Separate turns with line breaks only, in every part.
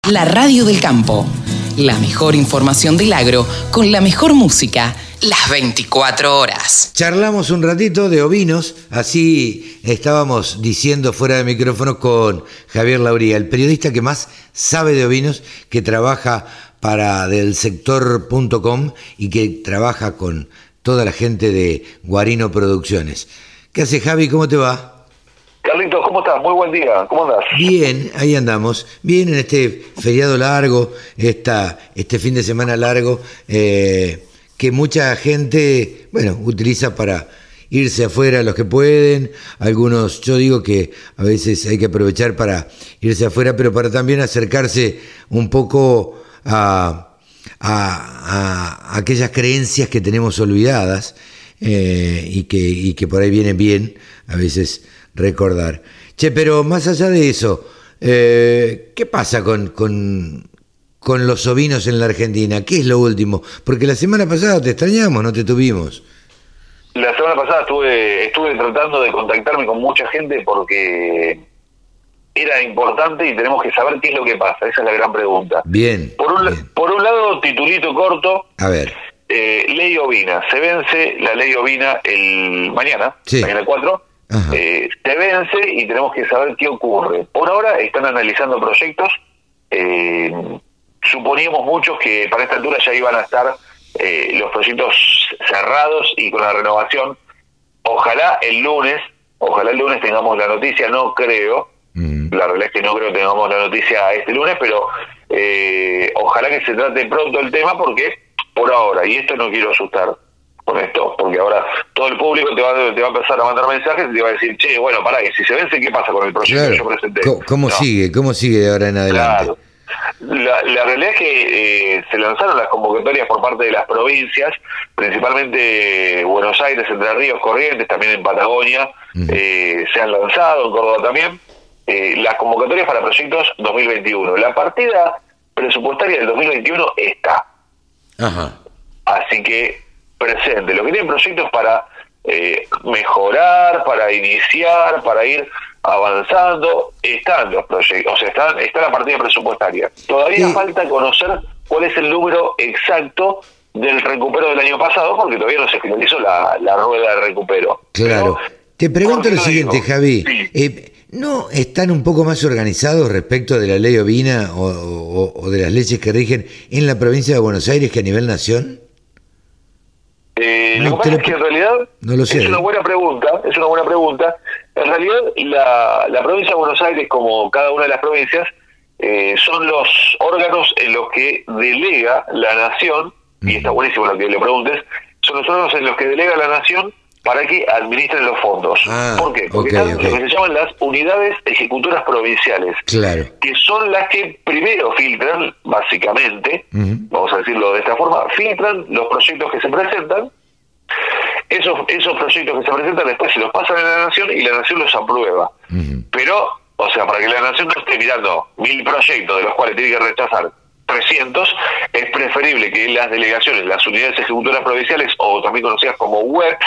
La radio del campo. La mejor información del agro con la mejor música. Las 24 horas.
Charlamos un ratito de ovinos, así estábamos diciendo fuera de micrófono con Javier Lauría, el periodista que más sabe de ovinos, que trabaja para delsector.com y que trabaja con toda la gente de Guarino Producciones. ¿Qué hace, Javi? ¿Cómo te va?
Carlitos, ¿cómo estás? Muy buen día. ¿Cómo andás?
Bien, ahí andamos. Bien en este feriado largo, este fin de semana largo, que mucha gente, utiliza para irse afuera los que pueden. Algunos, yo digo que a veces hay que aprovechar para irse afuera, pero para también acercarse un poco a aquellas creencias que tenemos olvidadas y que por ahí vienen bien a veces recordar. Che, pero más allá de eso, ¿qué pasa con los ovinos en la Argentina? ¿Qué es lo último? Porque la semana pasada te extrañamos, no te tuvimos.
La semana pasada estuve tratando de contactarme con mucha gente porque era importante y tenemos que saber qué es lo que pasa. Esa es la gran pregunta.
Bien.
Por un lado, titulito corto.
A ver.
Ley ovina. Se vence la ley ovina mañana, mañana 4. Se vence y tenemos que saber qué ocurre. Por ahora están analizando proyectos. Suponíamos muchos que para esta altura ya iban a estar los proyectos cerrados y con la renovación. Ojalá el lunes tengamos la noticia. No creo, la realidad es que no creo que tengamos la noticia este lunes, pero ojalá que se trate pronto el tema, porque por ahora, y esto no quiero asustar con esto, porque ahora todo el público te va a empezar a mandar mensajes y te va a decir, che, bueno, pará, y si se vence, ¿qué pasa con el proyecto que yo presenté?
¿Cómo sigue de ahora en adelante?
Claro. La realidad es que se lanzaron las convocatorias por parte de las provincias, principalmente Buenos Aires, Entre Ríos, Corrientes, también en Patagonia, se han lanzado, en Córdoba también, las convocatorias para proyectos 2021. La partida presupuestaria del 2021 está.
Ajá.
Así que presente. Los que tienen proyectos para mejorar, para iniciar, para ir avanzando, están los proyectos, o sea, está la partida presupuestaria. Todavía falta conocer cuál es el número exacto del recupero del año pasado, porque todavía no se finalizó la rueda de recupero.
Claro.
Pero,
te pregunto lo siguiente, Javi.
Sí.
¿No están un poco más organizados respecto de la ley ovina o de las leyes que rigen en la provincia de Buenos Aires que a nivel nación?
Lo que pasa es que en realidad
no lo sé.
Es una buena pregunta. En realidad la provincia de Buenos Aires, como cada una de las provincias, son los órganos en los que delega la nación, y está buenísimo lo que le preguntes, son los órganos en los que delega la nación para que administren los fondos. ¿Por qué? Porque están lo que se llaman las unidades ejecutoras provinciales,
claro, que
son las que primero filtran, básicamente, vamos a decirlo de esta forma, filtran los proyectos que se presentan. Esos proyectos que se presentan después se los pasan a la nación y la nación los aprueba. Pero, o sea, para que la nación no esté mirando 1000 proyectos de los cuales tiene que rechazar 300, es preferible que las delegaciones, las unidades ejecutoras provinciales, o también conocidas como UEPs,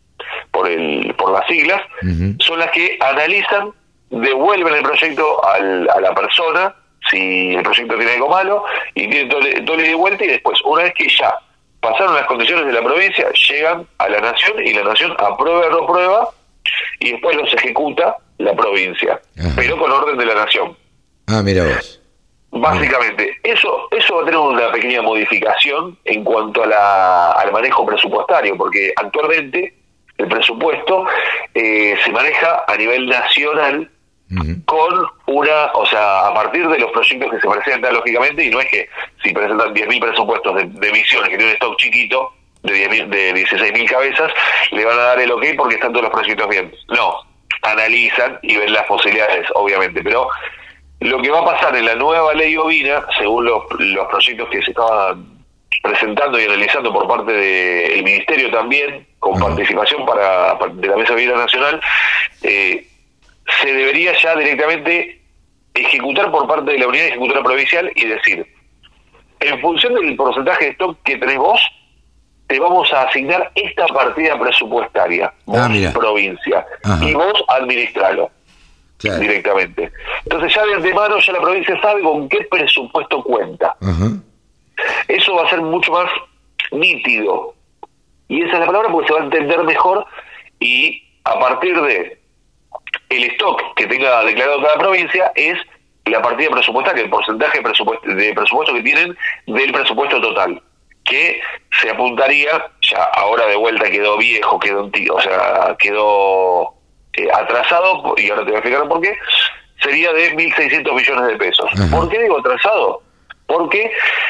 por las siglas, son las que analizan, devuelven el proyecto a la persona, si el proyecto tiene algo malo, y tiene todo de vuelta, y después, una vez que ya pasaron las condiciones de la provincia, llegan a la nación, y la nación aprueba o no aprueba, y después los ejecuta la provincia, pero con orden de la nación.
Mira vos.
Básicamente, eso va a tener una pequeña modificación en cuanto al manejo presupuestario, porque actualmente el presupuesto se maneja a nivel nacional con a partir de los proyectos que se presentan, lógicamente, y no es que si presentan 10.000 presupuestos de misiones que tienen un stock chiquito de 16.000 cabezas, le van a dar el ok porque están todos los proyectos bien. No, analizan y ven las posibilidades, obviamente, pero lo que va a pasar en la nueva ley ovina, según los proyectos que se estaban presentando y analizando por parte del Ministerio también, con participación de la Mesa Ovina Nacional, se debería ya directamente ejecutar por parte de la Unidad Ejecutora Provincial y decir, en función del porcentaje de stock que tenés vos, te vamos a asignar esta partida presupuestaria, vos provincia, y vos administralo.
Claro.
Directamente. Entonces ya de antemano ya la provincia sabe con qué presupuesto cuenta.
Ajá.
Eso va a ser mucho más nítido. Y esa es la palabra porque se va a entender mejor y a partir de el stock que tenga declarado cada provincia es la partida presupuestaria, el porcentaje de presupuesto que tienen del presupuesto total, que se apuntaría, ya ahora de vuelta quedó viejo, quedó atrasado, y ahora te voy a explicar por qué, sería de 1.600 millones de pesos.
Ajá.
¿Por qué digo atrasado? Porque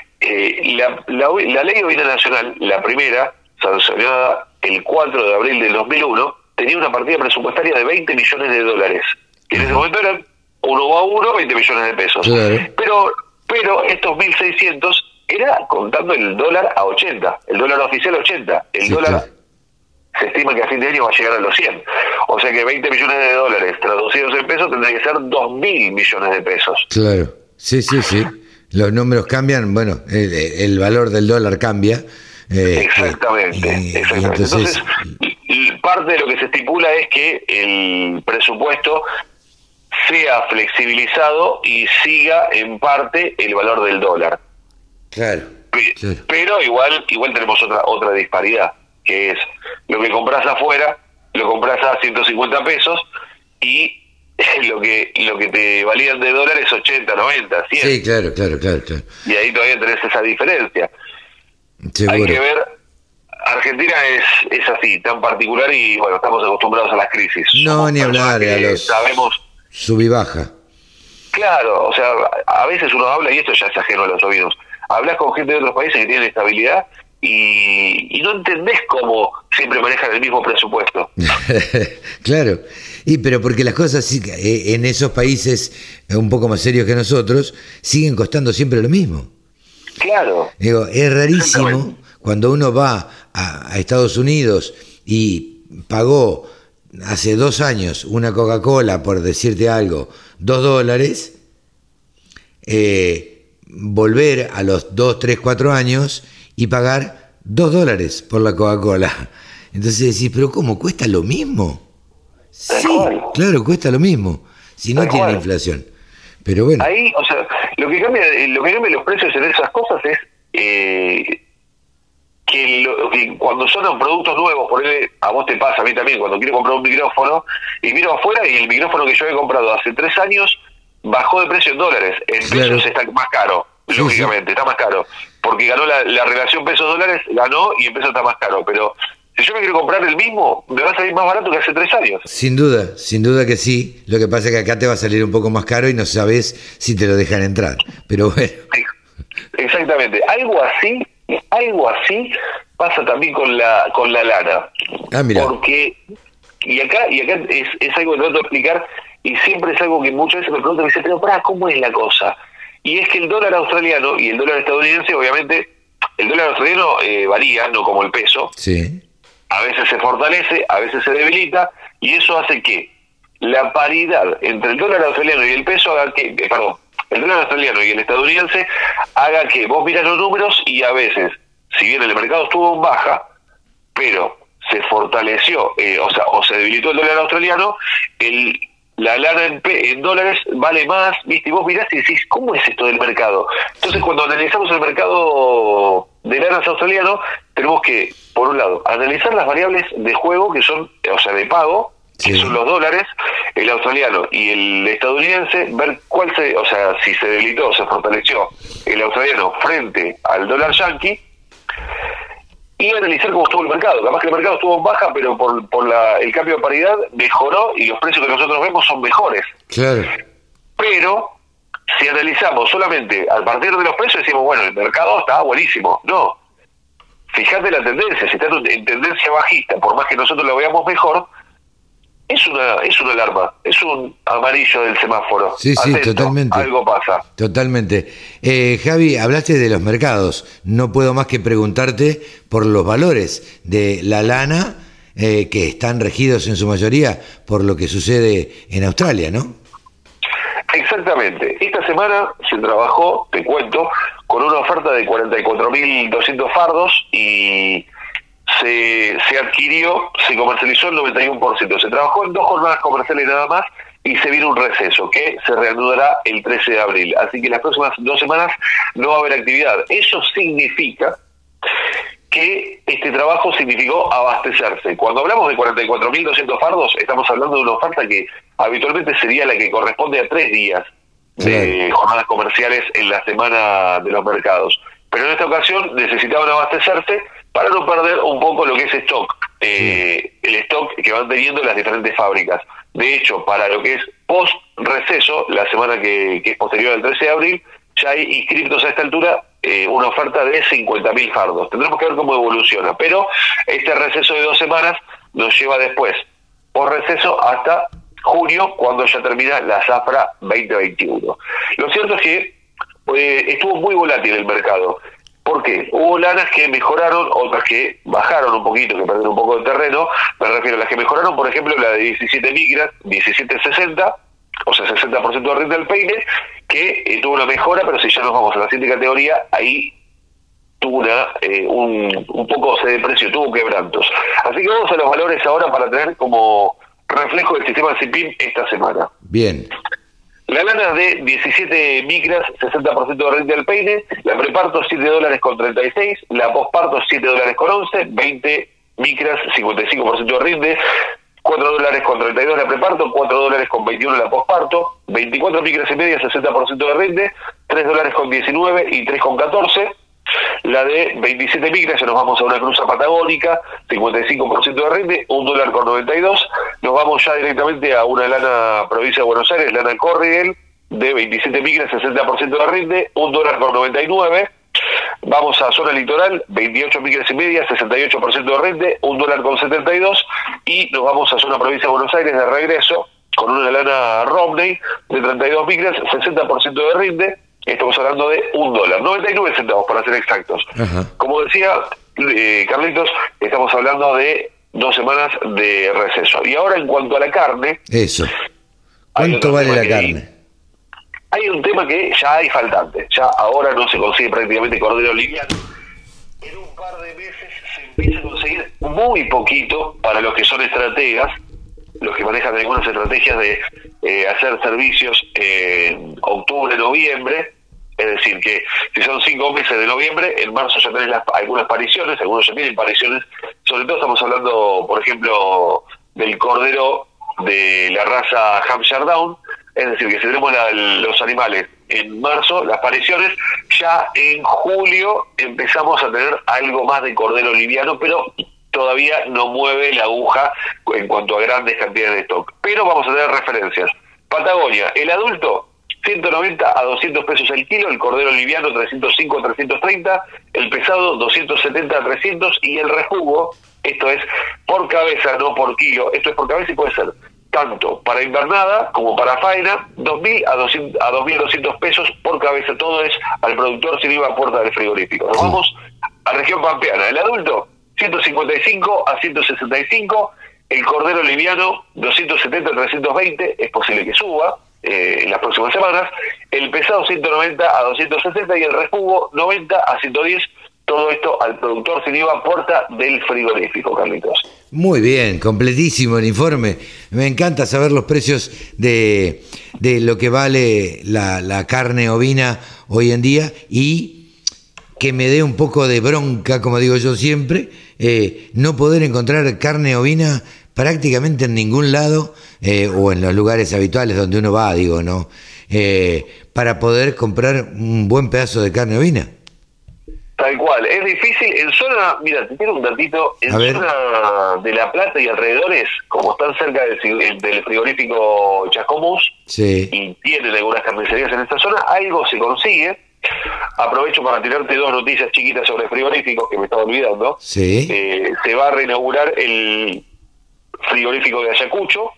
la ley de bienes nacional, la primera, sancionada el 4 de abril del 2001, tenía una partida presupuestaria de 20 millones de dólares, que en ese momento eran 1 a 1, 20 millones de pesos.
Claro.
Pero estos 1.600 era contando el dólar a 80, el dólar oficial a 80, el dólar...
Claro.
Se estima que a fin de año va a llegar a los 100. O sea que 20 millones de dólares traducidos en pesos tendría que ser 2.000 millones de pesos.
Claro, sí. Los números cambian, bueno, el valor del dólar cambia.
Exactamente. Entonces, parte de lo que se estipula es que el presupuesto sea flexibilizado y siga en parte el valor del dólar.
Claro.
Pero igual tenemos otra disparidad, que es lo que compras afuera, lo compras a 150 pesos y lo que te valían de dólares 80, 90, 100.
Sí, claro.
Y ahí todavía tenés esa diferencia.
Seguro.
Hay que ver, Argentina es así, tan particular y bueno, estamos acostumbrados a las crisis.
No,
Somos
ni hablar,
personas
a
que
los
sabemos.
sub y baja.
Claro, o sea, a veces uno habla, y esto ya es ajeno a los oídos, hablas con gente de otros países que tienen estabilidad y no entendés cómo siempre manejan el mismo presupuesto.
Claro, pero porque las cosas en esos países un poco más serios que nosotros siguen costando siempre lo mismo.
Claro.
Digo, es rarísimo cuando uno va a Estados Unidos y pagó hace 2 años una Coca-Cola, por decirte algo, $2, volver a los 2, 3, 4 años y pagar $2 por la Coca-Cola. Entonces decís, ¿pero cómo? ¿Cuesta lo mismo? Sí, claro, cuesta lo mismo, si no tiene inflación. Pero bueno.
Ahí, o sea, lo que cambia los precios en esas cosas es que cuando son productos nuevos, por ejemplo, a vos te pasa, a mí también, cuando quiero comprar un micrófono y miro afuera y el micrófono que yo he comprado hace 3 años bajó de precio en dólares, en pesos está más caro, lógicamente, está más caro, porque ganó la relación pesos-dólares, ganó y en pesos está más caro, pero si yo me quiero comprar el mismo, me va a salir más barato que hace 3 años.
Sin duda que sí. Lo que pasa es que acá te va a salir un poco más caro y no sabes si te lo dejan entrar. Pero bueno.
Exactamente. Algo así pasa también con la lana.
Ah, mira.
Porque, y acá es algo que trato de explicar, y siempre es algo que muchas veces me preguntan, me dicen, pero pará, ¿cómo es la cosa? Y es que el dólar australiano y el dólar estadounidense, obviamente, el dólar australiano varía, no como el peso.
Sí.
A veces se fortalece, a veces se debilita, y eso hace que la paridad entre el dólar australiano y el peso haga que, el dólar australiano y el estadounidense haga que vos miras los números y a veces, si bien el mercado estuvo en baja, pero se fortaleció, o se debilitó el dólar australiano, la lana en dólares vale más, ¿viste? Y vos mirás y decís, ¿cómo es esto del mercado? Entonces, cuando analizamos el mercado de lanas australiano, tenemos que, por un lado, analizar las variables de juego que son, de pago, que son los dólares, el australiano y el estadounidense, ver si se debilitó o se fortaleció el australiano frente al dólar yanqui, y analizar cómo estuvo el mercado. Capaz que el mercado estuvo en baja, pero por el cambio de paridad mejoró y los precios que nosotros vemos son mejores.
Claro.
Pero si analizamos solamente a partir de los precios, decimos, bueno, el mercado está buenísimo. No. Fíjate la tendencia. Si está en tendencia bajista, por más que nosotros lo veamos mejor, es una alarma, es un amarillo del semáforo.
Sí,
atento,
totalmente.
Algo pasa.
Totalmente. Javi, hablaste de los mercados. No puedo más que preguntarte por los valores de la lana, que están regidos en su mayoría por lo que sucede en Australia, ¿no?
Exactamente. Esta semana se trabajó, te cuento, con una oferta de 44.200 fardos y se adquirió, se comercializó el 91%. Se trabajó en 2 jornadas comerciales nada más y se viene un receso que se reanudará el 13 de abril. Así que las próximas 2 semanas no va a haber actividad. Eso significa que este trabajo significó abastecerse. Cuando hablamos de 44.200 fardos, estamos hablando de una oferta que habitualmente sería la que corresponde a 3 días de jornadas comerciales en la semana de los mercados. Pero en esta ocasión necesitaban abastecerse para no perder un poco lo que es stock, el stock que van teniendo las diferentes fábricas. De hecho, para lo que es post-receso, la semana que es posterior al 13 de abril, ya hay inscriptos a esta altura una oferta de 50.000 fardos. Tendremos que ver cómo evoluciona, pero este receso de 2 semanas nos lleva después, post-receso, hasta junio, cuando ya termina la zafra 2021. Lo cierto es que estuvo muy volátil el mercado. ¿Por qué? Hubo lanas que mejoraron, otras que bajaron un poquito, que perdieron un poco de terreno. Me refiero a las que mejoraron, por ejemplo, la de 17 micras, 1760, o sea, 60% de rinde del peine, que tuvo una mejora, pero si ya nos vamos a la siguiente categoría, ahí tuvo un poco se depreció, tuvo quebrantos. Así que vamos a los valores ahora para tener como reflejo del sistema CIPIM esta semana.
Bien.
La lana de 17 micras, 60% de rinde del peine, la preparto $7.36, la posparto $7.11, 20 micras, 55% de rinde, $4.32 la preparto, $4.21 la posparto, 24 micras y media, 60% de rinde, $3.19 y 3.14. La de 27 micras, ya nos vamos a una cruza patagónica, 55% de rinde, $1.92. Nos vamos ya directamente a una lana provincia de Buenos Aires, lana Corriel, de 27 micras, 60% de rinde, $1.99. Vamos a zona litoral, 28 micras y media, 68% de rinde, $1.72. Y nos vamos a zona provincia de Buenos Aires de regreso, con una lana Romney de 32 micras, 60% de rinde. Estamos hablando de $1, 99 centavos para ser exactos. Ajá. Como decía Carlitos, estamos hablando de 2 semanas de receso. Y ahora en cuanto a la carne...
Eso. ¿Cuánto vale la carne?
Hay un tema que ya hay faltante. Ya ahora no se consigue prácticamente cordero liviano. En un par de meses se empieza a conseguir muy poquito para los que son estrategas, los que manejan algunas estrategias de hacer servicios en octubre, noviembre. Es decir, que si son 5 meses de noviembre, en marzo ya tenés algunas pariciones, algunos ya tienen pariciones. Sobre todo estamos hablando, por ejemplo, del cordero de la raza Hampshire Down. Es decir, que si tenemos los animales en marzo, las pariciones, ya en julio empezamos a tener algo más de cordero liviano, pero todavía no mueve la aguja en cuanto a grandes cantidades de stock. Pero vamos a tener referencias. Patagonia, el adulto, 190 a 200 pesos el kilo, el cordero liviano 305 a 330, el pesado 270 a 300 y el rejugo, esto es por cabeza, no por kilo, esto es por cabeza y puede ser tanto para invernada como para faena, 2.000 a 2.200 pesos por cabeza, todo es al productor sin IVA a puerta del frigorífico. Nos vamos a región pampeana, el adulto 155 a 165, el cordero liviano 270 a 320, es posible que suba en las próximas semanas, el pesado 190 a 260 y el rejugo 90 a 110, todo esto al productor sin IVA puerta del frigorífico, Carlitos.
Muy bien, completísimo el informe. Me encanta saber los precios de lo que vale la carne ovina hoy en día y que me dé un poco de bronca, como digo yo siempre, no poder encontrar carne ovina prácticamente en ningún lado, o en los lugares habituales donde uno va, digo, ¿no? Para poder comprar un buen pedazo de carne ovina.
Tal cual, es difícil. En zona, mira, te quiero un datito, en zona de La Plata y alrededores, como están cerca del frigorífico Chascomús, sí, y tienen algunas carnicerías en esta zona, algo se consigue. Aprovecho para tirarte 2 noticias chiquitas sobre frigoríficos que me estaba olvidando. Sí. Se va a reinaugurar el frigorífico de Ayacucho,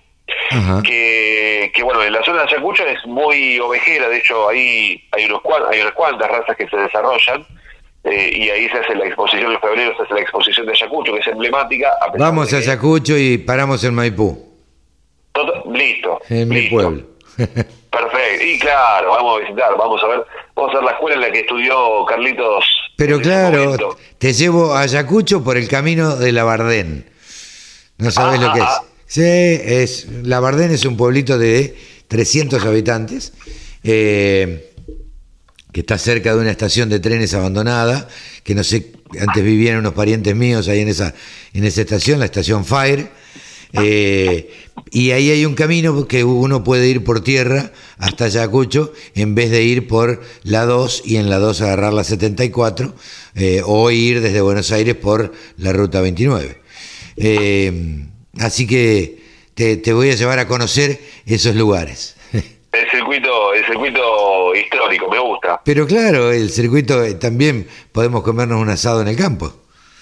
que bueno, en la zona de Ayacucho es muy ovejera, de hecho ahí hay unas cuantas razas que se desarrollan, y ahí se hace la exposición en febrero, se hace la exposición de Ayacucho, que es emblemática.
Vamos a Ayacucho y paramos en Maipú.
Listo.
En mi pueblo.
Perfecto, y claro, vamos a visitar, vamos a ver la escuela en la que estudió Carlitos.
Pero claro, te llevo a Ayacucho por el camino de la Bardén. No sabes lo que es. Sí, Labardén es un pueblito de 300 habitantes, que está cerca de una estación de trenes abandonada, que no sé, antes vivían unos parientes míos ahí en esa estación, la estación Fire, y ahí hay un camino que uno puede ir por tierra hasta Ayacucho, en vez de ir por la 2 y en la 2 agarrar la 74, o ir desde Buenos Aires por la ruta 29. Así que te voy a llevar a conocer esos lugares.
El circuito histórico, me gusta.
Pero claro, el circuito, también podemos comernos un asado en el campo.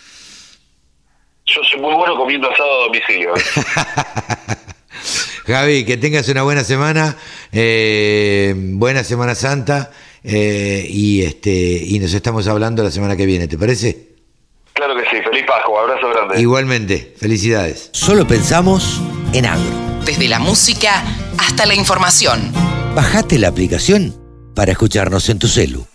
Yo soy muy bueno comiendo asado a domicilio.
Javi, que tengas una buena semana, buena Semana Santa, y nos estamos hablando la semana que viene, ¿te parece?
Claro que sí, feliz Pascua, abrazo grande.
Igualmente, felicidades. Solo pensamos en agro.
Desde la música hasta la información.
Bajate la aplicación para escucharnos en tu celu.